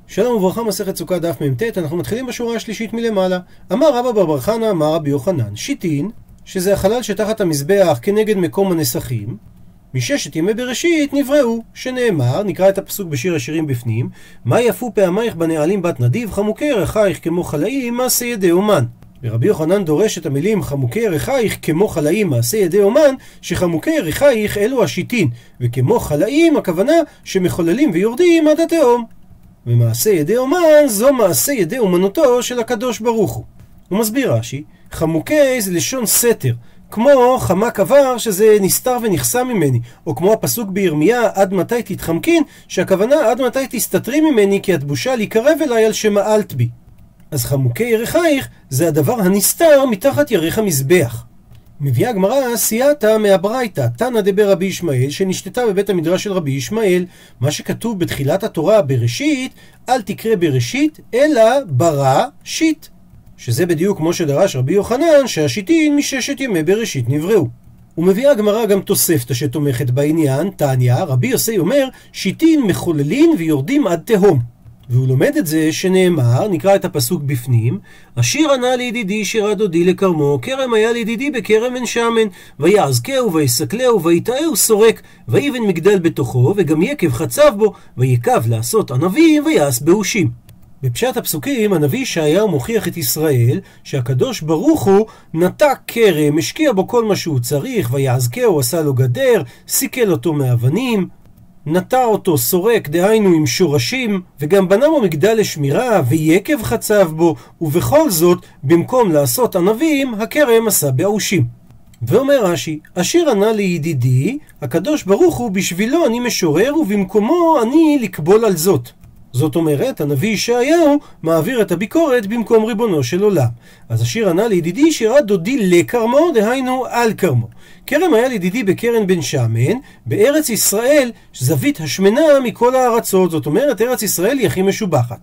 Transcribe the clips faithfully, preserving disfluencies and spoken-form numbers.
שלום וברכה, מסכת סוכה דף מ"ט. אנחנו מתחילים בשורה השלישית מלמעלה. אמר רבא בר בר חנא אמר רבי יוחנן, שיטין, שזה החלל שתחת המזבח כנגד מקום הנסכים, מששת ימי בראשית נבראו, שנאמר, נקרא את הפסוק בשיר השירים בפנים, מה יפו פעמייך בנעלים בת נדיב, חמוקי ירחייך כמו חלאים, מעשה ידי אומן. ורבי יוחנן דורש את המילים חמוקי ירחייך כמו חלאים מעשה ידי אומן, שחמוקי ירחייך אלו השיטין, וכמו חלאים הכוונה שמחוללים ויורדים עד התהום. ומעשה ידי אומן זו מעשה ידי אומנותו של הקדוש ברוך הוא. הוא מסביר רש"י, חמוקי זה לשון סתר, כמו חמק עבר שזה נסתר ונחסה ממני, או כמו הפסוק בירמיה עד מתי תתחמקין, שהכוונה עד מתי תסתתרי ממני כי את בושה להיקרב אליי על שמעלת בי. אז חמוקי ירחייך זה הדבר הנסתר מתחת ירך המזבח. מביאה הגמרא סייעתא מהברייתא, תנא דבר רבי ישמעאל, שנשתתה בבית המדרש של רבי ישמעאל, מה שכתוב בתחילת התורה בראשית, אל תקרא בראשית, אלא ברא שיט. שזה בדיוק כמו שדרש רבי יוחנן, שהשיטין מששת ימי בראשית נבראו. ומביאה הגמרא גם תוספתא שתומכת בעניין, תניא, רבי יוסי אומר, שיטין מחוללים ויורדים עד תהום. והוא לומד את זה שנאמר, נקרא את הפסוק בפנים, השיר ענה לידידי שירה דודי לכרמו, כרם היה לידידי בכרם בן שמן, ויעזקהו ויסקלהו ויטעהו סורק, ויבן מגדל בתוכו, וגם יקב חצב בו, ויקב לעשות ענבים ויעש באושים. בפשט הפסוקים הנביא ישעיהו מוכיח את ישראל שהקדוש ברוך הוא נטע כרם, השקיע בו כל מה שהוא צריך, ויעזקהו עשה לו גדר, סיכל אותו מאבנים, נטע אותו סורק, דהיינו עם שורשים, וגם בנה בו מגדל לשמירה, ויקב חצב בו, ובכל זאת, במקום לעשות ענבים, הכרם עשה באושים. ואומר רש"י, השיר ענה לידידי, הקדוש ברוך הוא בשבילו אני משורר, ובמקומו אני לקבול על זאת. זאת אומרת, הנביא ישעיהו מעביר את הביקורת במקום ריבונו של עולם. אז השיר ענה לידידי שירה דודי לכרמו, דהיינו על כרמו. כרם היה לידידי בקרן בן שמן, בארץ ישראל זווית השמנה מכל הארצות, זאת אומרת ארץ ישראל היא הכי משובחת.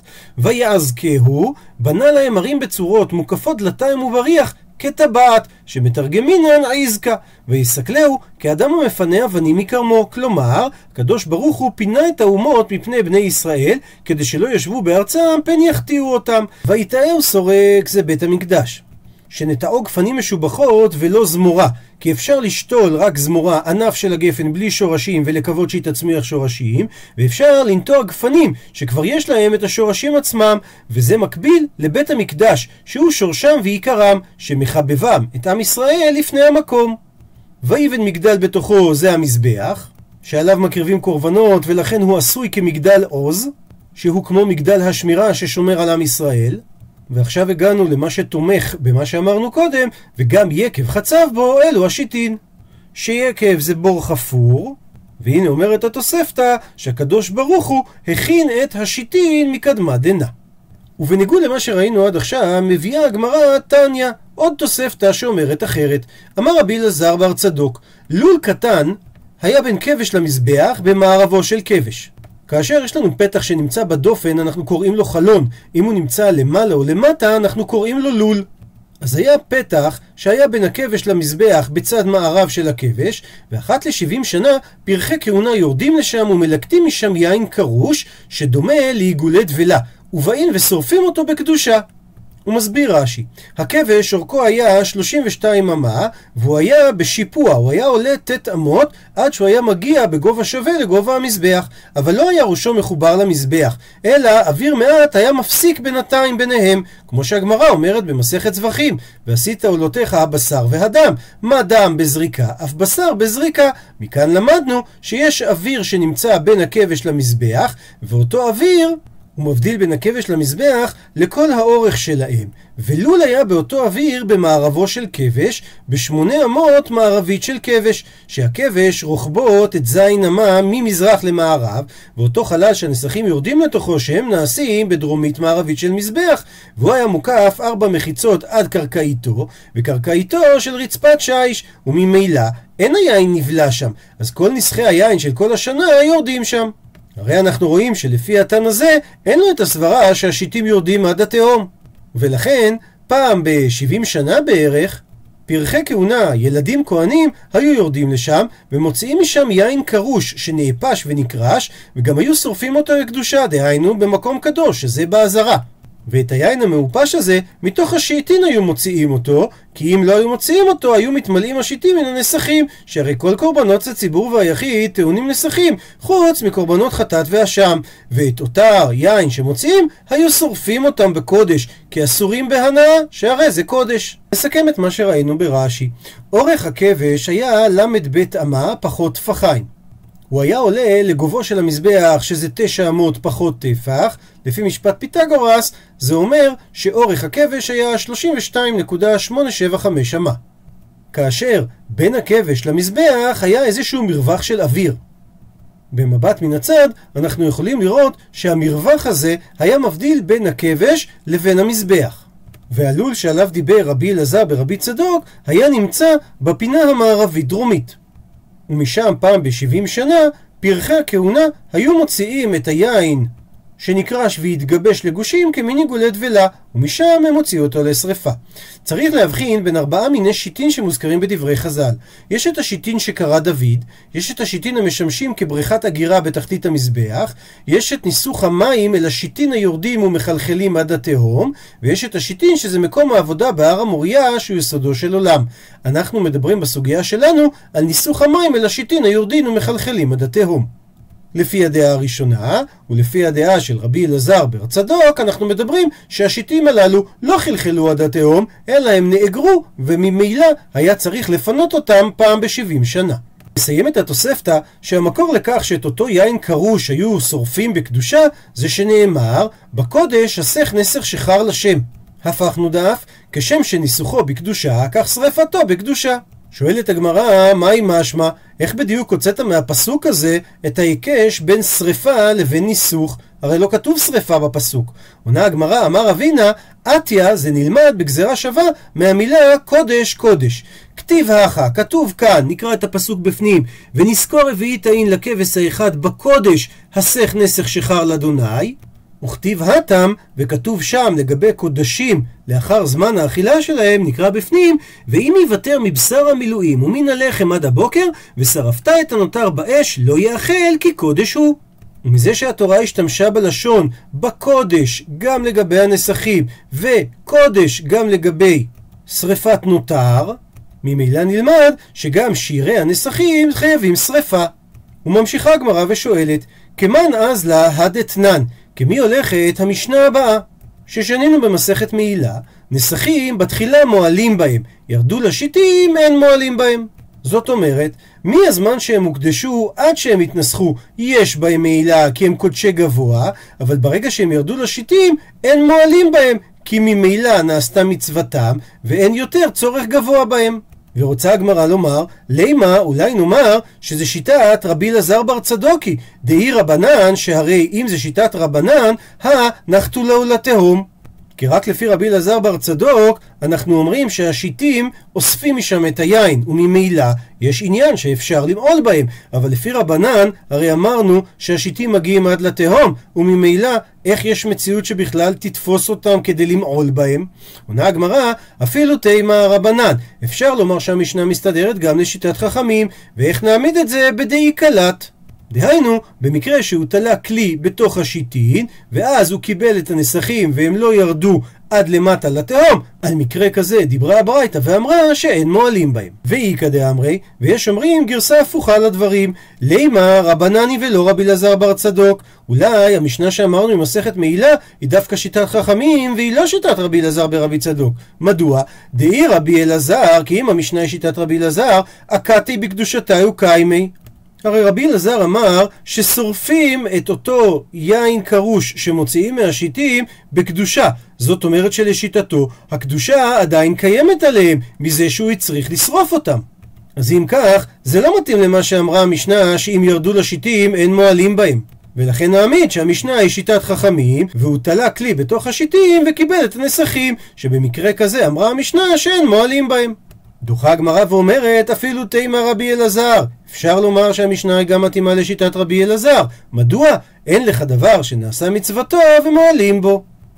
ויעזקהו, בנה להם ערים בצורות מוקפות דלתיים ובריח, כטבעת, שמתרגמינן עזקה, ויסקלהו כאדם המפנה אבנים מכרמו. כלומר, הקדוש ברוך הוא פינה את האומות מפני בני ישראל, כדי שלא ישבו בארצם פן יחטיאו אותם. ויטעהו סורק זה בית המקדש, שנטעו גפנים משובחות ולא זמורה, כי אפשר לשתול רק זמורה, ענף של הגפן בלי שורשים ולקוות שהיא תצמיח שורשים, ואפשר לנטוע גפנים שכבר יש להם את השורשים עצמם, וזה מקביל לבית המקדש שהוא שורשם ועיקרם, שמחבבם את עם ישראל לפני המקום. ויבן מגדל בתוכו זה המזבח, שעליו מקריבים קורבנות, ולכן הוא עשוי כמגדל עוז, שהוא כמו מגדל השמירה ששומר על עם ישראל. ועכשיו הגענו למה שתומך במה שאמרנו קודם, וגם יקב חצב בו אלו השיטין, שיקב זה בור חפור, והנה אומרת התוספתא שהקדוש ברוך הוא הכין את השיטין מקדמה דנא. ובניגוד למה שראינו עד עכשיו, מביאה הגמרא תניא עוד תוספתא שאומרת אחרת. אמר רבי אלעזר בר צדוק, לול קטן היה בין כבש למזבח במערבו של כבש. כאשר יש לנו פתח שנמצא בדופן, אנחנו קוראים לו חלון. אם הוא נמצא למעלה או למטה, אנחנו קוראים לו לול. אז היה פתח שהיה בין הכבש למזבח בצד מערב של הכבש, ואחת לשבעים שנה פרחי כהונה יורדים לשם ומלקטים משם יין קרוש, שדומה לעיגולי דבלה, ובאים ושורפים אותו בקדושה. הוא מסביר רש"י, הכבש אורכו היה שלושים ושתיים אמה, והוא היה בשיפוע, הוא היה עולה תת אמות עד שהוא היה מגיע בגובה שווה לגובה המזבח, אבל לא היה ראשו מחובר למזבח, אלא אוויר מעט היה מפסיק בינתיים ביניהם, כמו שהגמרא אומרת במסכת זבחים, ועשית עולותיך הבשר והדם, מה דם בזריקה, אף בשר בזריקה. מכאן למדנו שיש אוויר שנמצא בין הכבש למזבח, ואותו אוויר הוא מבדיל בין הכבש למזבח לכל האורך שלהם, ולול היה באותו אוויר במערבו של כבש, בשמונה אמות מערבית של כבש, שהכבש רוחבו את זין אמה ממזרח למערב, ואותו חלל שהנסכים יורדים לתוכו שהם נעשים בדרומית מערבית של מזבח, והוא היה מוקף ארבע מחיצות עד קרקעיתו, וקרקעיתו של רצפת שיש, וממילא אין היין נבלה שם, אז כל נסחי היין של כל השנה יורדים שם. הרי אנחנו רואים שלפי התנא הזה אין לו את הסברה שהשיטים יורדים עד התהום, ולכן פעם ב-שבעים שנה בערך פרחי כהונה, ילדים כהנים, היו יורדים לשם ומוציאים משם יין קרוש שנאפש ונקרש, וגם היו שורפים אותו לקדושה, דהיינו במקום קדוש, שזה בעזרה. ואת היין המאופש הזה מתוך השיטין היו מוציאים אותו, כי אם לא היו מוציאים אותו היו מתמלאים השיטין מן הנסכים, שהרי כל קורבנות הציבור והיחיד טעונים נסכים, חוץ מקורבנות חטאת ואשם, ואת אותה יין שמוציאים היו שורפים אותם בקודש, כי אסורים בהנאה, שהרי זה קודש. נסכם את מה שראינו ברש"י. אורך הכבש היה למד בית אמה פחות טפחיים. הוא היה עולה לגובו של המזבח שזה תשע אמות פחות טפח. לפי משפט פיתגורס זה אומר שאורך הכבש היה שלושים ושתיים נקודה שמונה שבע חמש אמה, כאשר בין הכבש למזבח היה איזשהו מרווח של אוויר. במבט מן הצד אנחנו יכולים לראות שהמרווח הזה היה מבדיל בין הכבש לבין המזבח, והלול שעליו דיבר רבי אלעזר ברבי צדוק היה נמצא בפינה המערבית דרומית, ומשם פעם ב-שבעים שנה פרחי הכהונה היו מוציאים את היין שנקרש והתגבש לגושים כמיני גולי דבלה, ומשם הם הוציאו אותו לשריפה. צריך להבחין בין ארבעה מיני שיטין שמוזכרים בדברי חז"ל. יש את השיטין שקרא דוד, יש את השיטין המשמשים כבריכת אגירה בתחתית המזבח, יש את ניסוך המים אל השיטין היורדים ומחלחלים עד התהום, ויש את השיטין שזה מקום העבודה בהר המוריה שהוא יסודו של עולם. אנחנו מדברים בסוגיה שלנו על ניסוך המים אל השיטין היורדים ומחלחלים עד התהום. לפי הדעה הראשונה, ולפי הדעה של רבי אלעזר בר צדוק, אנחנו מדברים שהשיטים הללו לא חלחלו עד התהום, אלא הם נאגרו, וממילא היה צריך לפנות אותם פעם ב-שבעים שנה. נסיים את התוספתא שהמקור לכך שאת אותו יין קרוש היו שורפים בקדושה, זה שנאמר, בקודש הסך נסך שחר לשם. הפכנו דף, כשם שניסוחו בקדושה, כך שרפתו בקדושה. שואלת הגמרא, מהי משמע? איך בדיוק הוצאת מהפסוק הזה את ההיקש בין שריפה לבין ניסוך? הרי לא כתוב שריפה בפסוק. עונה הגמרא, אמר אבינה, עתיה זה נלמד בגזרה שווה מהמילה קודש קודש. כתיב האחה, כתוב כאן, נקרא את הפסוק בפנים, ונזכור רביעית העין לכבש האחד בקודש הסך נסך שחר לאדוני, וכתיב התם, וכתוב שם לגבי קודשים לאחר זמן האכילה שלהם, נקרא בפנים, ואם יוותר מבשר המילואים ומן הלחם עד הבוקר, ושרפת את הנותר באש, לא יאכל כי קודש הוא. ומזה שהתורה השתמשה בלשון בקודש גם לגבי הנסכים, וקודש גם לגבי שריפת נותר, ממילא נלמד שגם שירי הנסכים חייבים שריפה. וממשיכה הגמרא ושואלת, כמן אז לה הדתנן, כמי הולכת המשנה הבאה? ששנינו במסכת מעילה, נסכים בתחילה מועלים בהם, ירדו לשיטים אין מועלים בהם. זאת אומרת, מהזמן שהם הוקדשו עד שהם התנסחו יש בהם מעילה כי הם קודשי גבוה, אבל ברגע שהם ירדו לשיטים אין מועלים בהם, כי ממילא נעשתה מצוותם ואין יותר צורך גבוה בהם. ורוצה הגמרא לומר, לימה אולי נאמר שזה שיטת רבי אלעזר בר צדוקי, דאי רבנן, שהרי אם זה שיטת רבנן, הנחתו לו לתהום. כי רק לפי רבי אלעזר בר צדוק אנחנו אומרים שהשיטים אוספים משם את היין, וממילא יש עניין שאפשר למעול בהם, אבל לפי רבנן הרי אמרנו שהשיטים מגיעים עד לתהום, וממילא איך יש מציאות שבכלל תתפוס אותם כדי למעול בהם? עונה הגמרא, אפילו תימה רבנן, אפשר לומר שהמשנה מסתדרת גם לשיטת חכמים, ואיך נעמיד את זה בדאי קלת. דהיינו, במקרה שהוא תלה כלי בתוך השיטין, ואז הוא קיבל את הנסכים והם לא ירדו עד למטה לתהום, על מקרה כזה דיברה הברייתא ואמרה שאין מועלים בהם. ואיכא דאמרי, ויש אומרים גרסה הפוכה לדברים, לימה רבנני ולא רבי אלעזר בר צדוק. אולי המשנה שאמרנו עם מסכת מעילה היא דווקא שיטת חכמים והיא לא שיטת רבי אלעזר ברבי צדוק. מדוע? דאי רבי אלעזר, כי אם המשנה היא שיטת רבי אלעזר, אקתי בקדושתי וקיימי. הרי רבי אלעזר אמר ששורפים את אותו יין קרוש שמוציאים מהשיטים בקדושה. זאת אומרת שלשיטתו הקדושה עדיין קיימת עליהם מזה שהוא יצריך לשרוף אותם. אז אם כך, זה לא מתאים למה שאמרה המשנה שאם ירדו לשיטים אין מועלים בהם. ולכן נעמיד שהמשנה היא שיטת חכמים, והוא תלה כלי בתוך השיטים וקיבל את הנסכים, שבמקרה כזה אמרה המשנה שאין מועלים בהם. דוחה הגמרא ואומרת, אפילו תימה רבי אלעזר. אפשר לומר שהמשנה גם מתאימה לשיטת רבי אלעזר. מדוע? אין לך דבר שנעשה מצוותו ומועלים בו.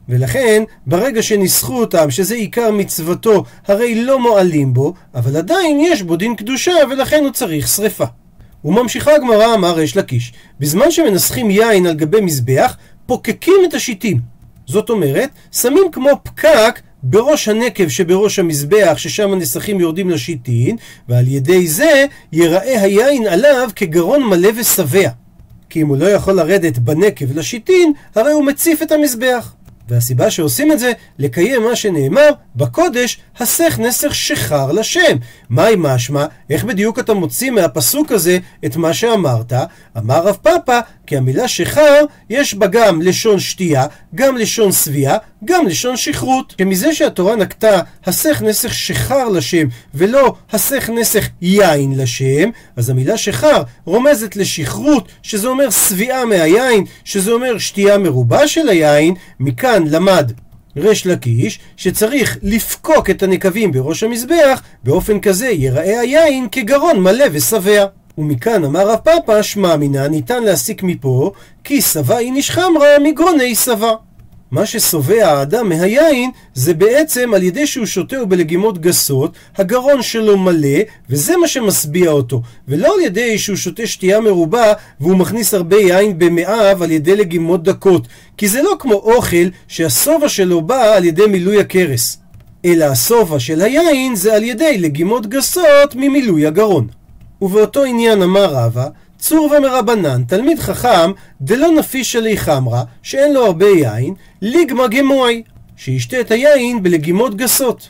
ולכן ברגע שניסחו אותם שזה עיקר מצוותו הרי לא מועלים בו, אבל עדיין יש בו דין קדושה ולכן הוא צריך שריפה. וממשיכה הגמרא, אמר ריש לקיש, בזמן שמנסחים יין על גבי מזבח פוקקים את השיטים, זאת אומרת שמים כמו פקק בראש הנקב שבראש המזבח ששם הנסחים יורדים לשיטין, ועל ידי זה ייראה היין עליו כגרון מלא ושבע, כי אם הוא לא יכול לרדת בנקב לשיטין הרי הוא מציף את המזבח. והסיבה שעושים את זה לקיים מה שנאמר בקודש, הסך נסך שחר לשם. מהי משמע? איך בדיוק אתה מוציא מהפסוק הזה את מה שאמרת? אמר רב פאפא, כי המילה שחר יש בה גם לשון שתייה, גם לשון סבייה, גם לשון שכרות. שמזה שהתורה נקטה הסך נסך שחר לשם ולא הסך נסך יין לשם, אז המילה שחר רומזת לשכרות, שזה אומר סבייה מהיין, שזה אומר שתייה מרובה של היין. מכאן למד ריש לקיש שצריך לפקוק את הנקבים בראש המזבח, באופן כזה ייראה היין כגרון מלא ושבע. ומכאן אמר רב פאפא, שמע מינה, ניתן להסיק מפה כי שבע איניש חמרא מגרוני שבע. מה שסובע האדם מהיין זה בעצם על ידי שהוא שותה בלגימות גסות, הגרון שלו מלא, וזה מה שמשביע אותו, ולא על ידי שהוא שותה שתייה מרובה והוא מכניס הרבה יין במאיו על ידי לגימות דקות, כי זה לא כמו אוכל שהסובה שלו בא על ידי מילוי הכרס, אלא הסובה של היין זה על ידי לגימות גסות ממילוי הגרון. ובאותו עניין אמר רבא, צור ומרבנן, תלמיד חכם דלא נפיש עלי חמרה, שאין לו הרבה יין, ליגמה גמוי, שישתה את היין בלגימות גסות,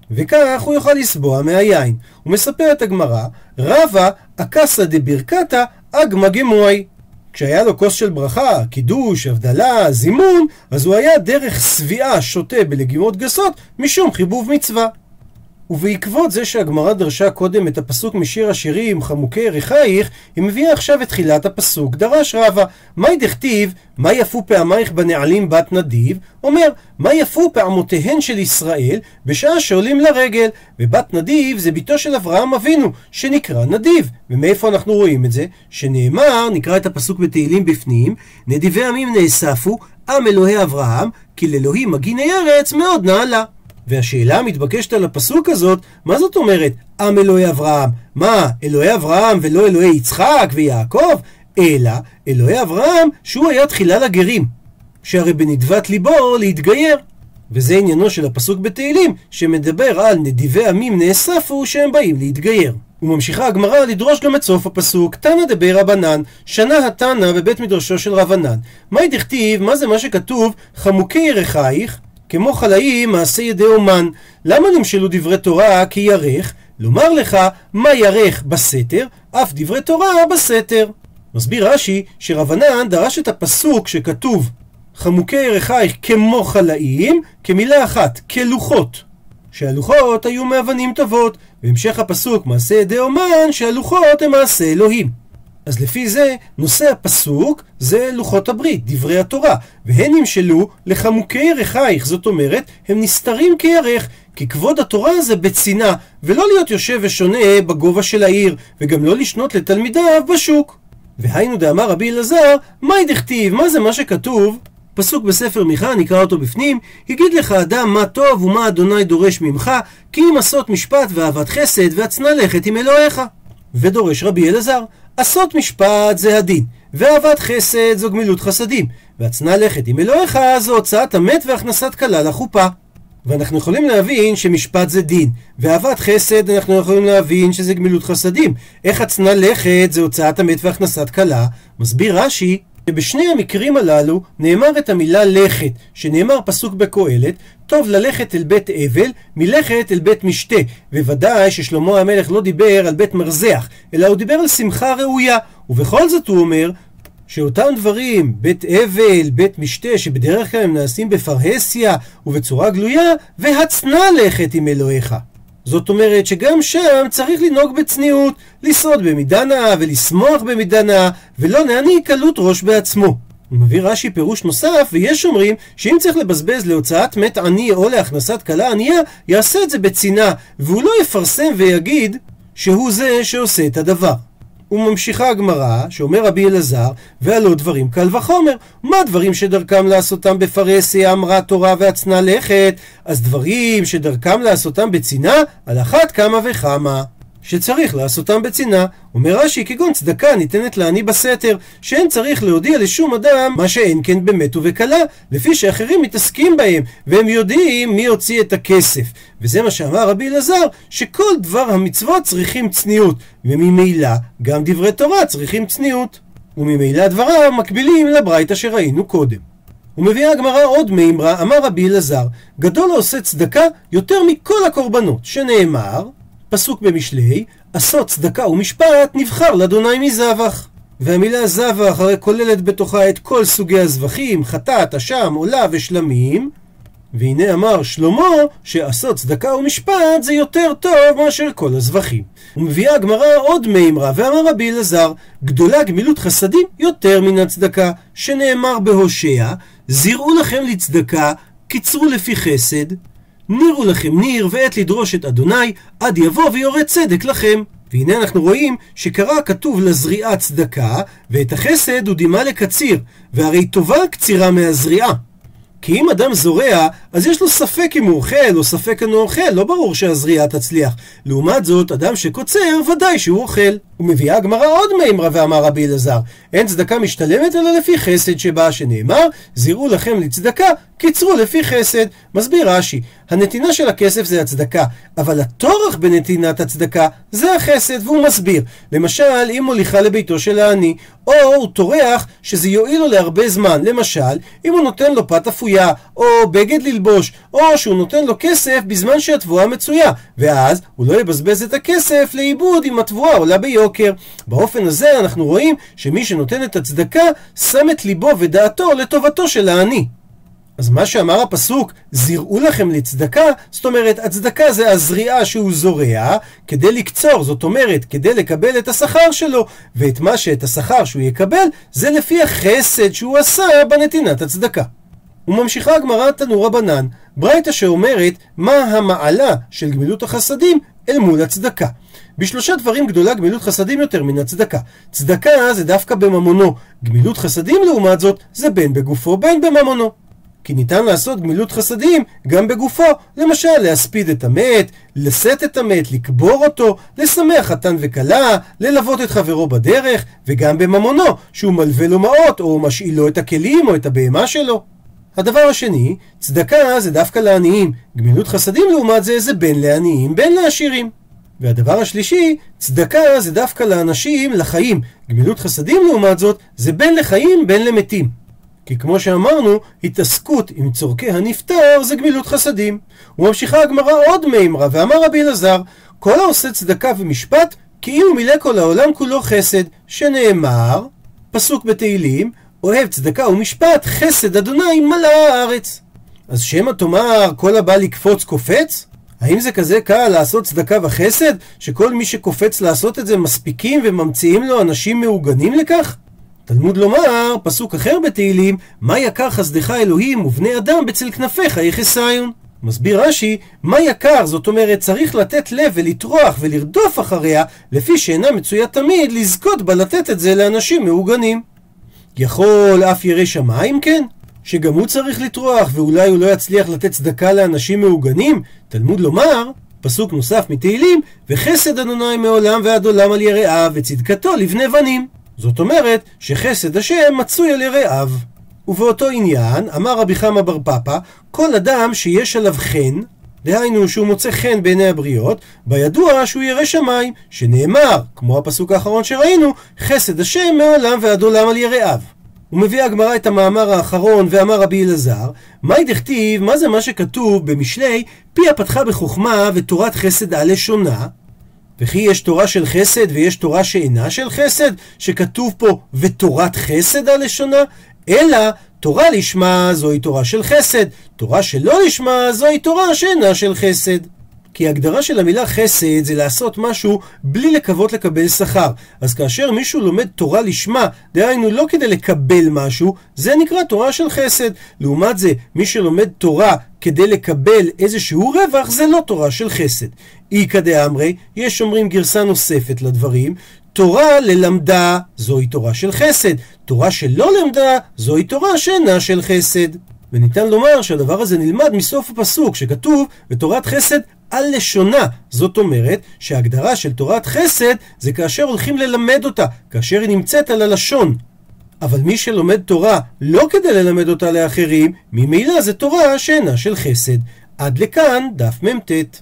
וכך הוא יוכל לסבוע מהיין. הוא מספר את הגמרא, רבא אקסא דברכתא אגמה גמוי, כשהיה לו כוס של ברכה, קידוש, הבדלה, זימון, אז הוא היה דרך סביעה שותה בלגימות גסות משום חיבוב מצווה. ובעקבות זה שהגמרא דרשה קודם את הפסוק משיר השירים חמוקי ירחייך, היא מביאה עכשיו את תחילת הפסוק. דרש רבא, מה דכתיב מה יפו פעמייך בנעלים בת נדיב? אומר, מה יפו פעמותיהן של ישראל בשעה שעולים לרגל, ובת נדיב זה ביתו של אברהם אבינו שנקרא נדיב. ומאיפה אנחנו רואים את זה? שנאמר, נקרא את הפסוק בתהילים בפנים, נדיבי עמים נאספו עם אלוהי אברהם, כי לאלוהים מגיני ארץ מאוד נעלה. והשאלה המתבקשת על הפסוק הזאת, מה זאת אומרת עם אלוהי אברהם? מה, אלוהי אברהם ולא אלוהי יצחק ויעקב? אלא אלוהי אברהם שהוא היה תחילה לגרים, שהרי בנדבת ליבו להתגייר. וזה עניינו של הפסוק בתהילים שמדבר על נדיבי עמים נאספו שהם באים להתגייר. וממשיכה הגמרא לדרוש גם את סוף הפסוק, תנא דבי רבנן, שנה התנא בבית מדרשו של רבנן. מה דכתיב, מה זה מה שכתוב חמוקי ירחייך כמו חלאים מעשה ידי אומן? למה נמשלו דברי תורה כי ירך? לומר לך מה ירך בסתר, אף דברי תורה בסתר. מסביר רש"י שרבנן דרש את הפסוק שכתוב חמוקי ירחייך כמו חלאים כמילה אחת, כלוחות, שהלוחות היו מאבנים טובות, והמשך הפסוק מעשה ידי אומן שהלוחות הם מעשה אלוהים. אז לפי זה נושא הפסוק זה לוחות הברית, דברי התורה, והן נמשלו לחמוקי ירחייך, זאת אומרת הם נסתרים כירך, כי כבוד התורה זה בצינה, ולא להיות יושב ושונה בגובה של העיר, וגם לא לשנות לתלמידיו בשוק. והיינו דאמר רבי אלעזר, מה דכתיב, מה זה מה שכתוב? פסוק בספר מיכה, נקרא אותו בפנים, יגיד לך אדם מה טוב ומה אדוני דורש ממך, כי אם עשות משפט ואהבת חסד והצנע לכת עם אלוהיך. ודורש רבי אלעזר, עשות משפט זה הדין, ואהבת חסד זו גמילות חסדים, והצנע לכת עם אלוהיך זו הוצאת המת והכנסת כלה לחופה. ואנחנו יכולים להבין שמשפט זה דין, ואהבת חסד אנחנו יכולים להבין שזה גמילות חסדים. איך הצנע לכת זה הוצאת המת והכנסת כלה? מסביר רש"י שבשני המקרים הללו נאמר את המילה לכת, שנאמר פסוק בקהלת, טוב ללכת אל בית אבל מלכת אל בית משתה. וודאי ששלמה המלך לא דיבר על בית מרזח, אלא הוא דיבר על שמחה ראויה, ובכל זאת הוא אומר שאותם דברים, בית אבל, בית משתה, שבדרך כלל הם נעשים בפרהסיה ובצורה גלויה, והצנע לכת עם אלוהיך. זאת אומרת שגם שם צריך לנהוג בצניעות, לסעוד במידה נאה ולשמוח במידה נאה, ולא להעניק קלות ראש בעצמו. הוא מביא רש"י פירוש נוסף, ויש אומרים שאם צריך לבזבז להוצאת מת עני או להכנסת כלה ענייה, יעשה את זה בצנעה, והוא לא יפרסם ויגיד שהוא זה שעושה את הדבר. וממשיכה הגמרא שאומר רבי אלעזר, והלא דברים קל וחומר. מה דברים שדרכם לעשותם בפרהסיה אמרה תורה והצנע לכת? אז דברים שדרכם לעשותם בצנעה, על אחת כמה וכמה שצריך לעשותם בצנעה. אומר רש"י, כגון צדקה ניתנת לעני בסתר, שאין צריך להודיע לשום אדם מה שאין כן באמת ובקלה, לפי שאחרים מתעסקים בהם והם יודעים מי הוציא את הכסף. וזה מה שאמר רבי אלעזר, שכל דבר המצוות צריכים צניעות, וממילא גם דברי תורה צריכים צניעות, וממילא דבריו מקבילים לברייתא שראינו קודם. ומביאה הגמרא עוד מימרה, אמר רבי אלעזר, גדול העושה צדקה יותר מכל הקורבנות, שנאמר פסוק במשלי, עשות צדקה ומשפט נבחר לאדוני מזבח. והמילה זבח הרי כוללת בתוכה את כל סוגי הזבחים, חטאת, אשם, עולה ושלמים. והנה אמר שלמה שעשות צדקה ומשפט זה יותר טוב מאשר כל הזבחים. ומביאה הגמרא עוד מימרה, ואמר רבי אלעזר, גדולה גמילות חסדים יותר מן הצדקה, שנאמר בהושע, זירעו לכם לצדקה, קיצרו לפי חסד, נירו לכם ניר ועת לדרוש את אדוני, עד יבוא ויורד צדק לכם. והנה אנחנו רואים שקרא כתוב לזריעה צדקה, ואת החסד הוא דימה לקציר, והרי טובה קצירה מהזריעה. כי אם אדם זורע, אז יש לו ספק אם הוא אוכל או ספק אינו אוכל, לא ברור שהזריעה תצליח. לעומת זאת, אדם שקוצר, ודאי שהוא אוכל. ומביאה הגמרא עוד מימרה, ואמר רבי אלעזר, אין צדקה משתלמת אלא לפי חסד שבה, שנאמר, זירעו לכם לצדקה, קיצרו לפי חסד. מסביר רש"י, הנתינה של הכסף זה הצדקה, אבל התורך בנתינת הצדקה זה החסד, והוא מסביר. למשל, אם מוליכה לביתו של העני, או הוא טורח שזה יועיל לו להרבה זמן. למשל, אם הוא נותן לו פת אפויה, או בגד ללבוש, או שהוא נותן לו כסף בזמן שהתבואה מצויה, ואז הוא לא יבזבז את הכסף לאיבוד אם התבואה עולה ביוקר. באופן הזה אנחנו רואים שמי שנותן את הצדקה שם את ליבו ודעתו לטובתו של העני. אז מה שאמר הפסוק, זירעו לכם לצדקה, זאת אומרת, הצדקה זה הזריעה שהוא זורע כדי לקצור, זאת אומרת, כדי לקבל את השכר שלו, ואת מה שאת השכר שהוא יקבל, זה לפי החסד שהוא עשה בנתינת הצדקה. וממשיכה הגמרא תנו רבנן, ברייתא שאומרת מה המעלה של גמילות החסדים אל מול הצדקה. בשלושה דברים גדולה גמילות חסדים יותר מן הצדקה. צדקה זה דווקא בממונו, גמילות חסדים לעומת זאת זה בין בגופו בין בממונו. כי ניתן לעשות גמילות חסדים גם בגופו, למשל להספיד את המת, לשאת את המת, לקבור אותו, לשמח חתן וכלה, ללוות את חברו בדרך, וגם בממונו, שהוא מלווה לו מעות או משאיל לו את הכלים או את הבהמה שלו. הדבר השני, צדקה זה דווקא לעניים, גמילות חסדים לעומת זה זה בין לעניים בין לעשירים. והדבר השלישי, צדקה זה דווקא לאנשים לחיים, גמילות חסדים לעומת זאת זה בין לחיים בין למתים. כי כמו שאמרנו, התעסקות עם צורכי הנפטר זה גמילות חסדים. וממשיכה הגמרא עוד מימרה, ואמר רבי אלעזר, כל העושה צדקה ומשפט כאילו מילא כל העולם כולו חסד, שנאמר פסוק בתהילים, אוהב צדקה ומשפט חסד אדוני מלא הארץ. אז שמא תאמר כל הבא לקפוץ קופץ? האם זה כזה קל לעשות צדקה וחסד שכל מי שקופץ לעשות את זה מספיקים וממציאים לו אנשים מעוגנים לכך? תלמוד לומר, פסוק אחר בתהילים, מה יקר חסדך אלוהים ובני אדם בצל כנפיך יחסיון. מסביר רש"י, מה יקר, זאת אומרת צריך לתת לב ולטרוח ולרדוף אחריה, לפי שאינה מצויה תמיד לזכות בה לתת את זה לאנשים מעוגנים. יכול אף ירא שמיים כן? שגם הוא צריך לטרוח ואולי הוא לא יצליח לתת צדקה לאנשים מעוגנים? תלמוד לומר, פסוק נוסף מתהילים, וחסד אדוני מעולם ועד עולם על יראיו וצדקתו לבני בנים. זאת אומרת שחסד השם מצוי על יראיו. ובאותו עניין אמר רבי חמא בר פפא, כל אדם שיש עליו חן, דהיינו שהוא מוצא חן בעיני הבריות, בידוע שהוא ירא שמיים, שנאמר, כמו הפסוק האחרון שראינו, חסד השם מעולם ועד עולם על יראיו. הוא מביא הגמרא את המאמר האחרון, ואמר רבי אלעזר, מהי דכתיב, מה זה מה שכתוב במשלי, פיה פתחה בחוכמה ותורת חסד על לשונה? וכי יש תורה של חסד ויש תורה שאינה של חסד, שכתוב פה ותורת חסד על לשונה? אלא תורה לשמה זוהי תורה של חסד, תורה שלא לשמה זוהי תורה שאינה של חסד. כי הגדרה של המילה חסד זה לעשות משהו בלי לקוות לקבל שכר. אז כאשר מישהו לומד תורה לשמה, דהיינו לא כדי לקבל משהו, זה נקרא תורה של חסד. לעומת זה, מי שלומד תורה כדי לקבל איזשהו רווח, זה לא תורה של חסד. איקא דאמרי, יש אומרים גרסה נוספת לדברים, תורה ללמדה זוהי תורה של חסד, תורה שלא למדה זוהי תורה שאינה של חסד. וניתן לומר שהדבר הזה נלמד מסוף הפסוק שכתוב ותורת חסד על לשונה. זאת אומרת שההגדרה של תורת חסד זה כאשר הולכים ללמד אותה, כאשר היא נמצאת על הלשון. אבל מי שלומד תורה לא כדי ללמד אותה לאחרים, ממילא זה תורה שאינה של חסד. עד לכאן דף ממתת.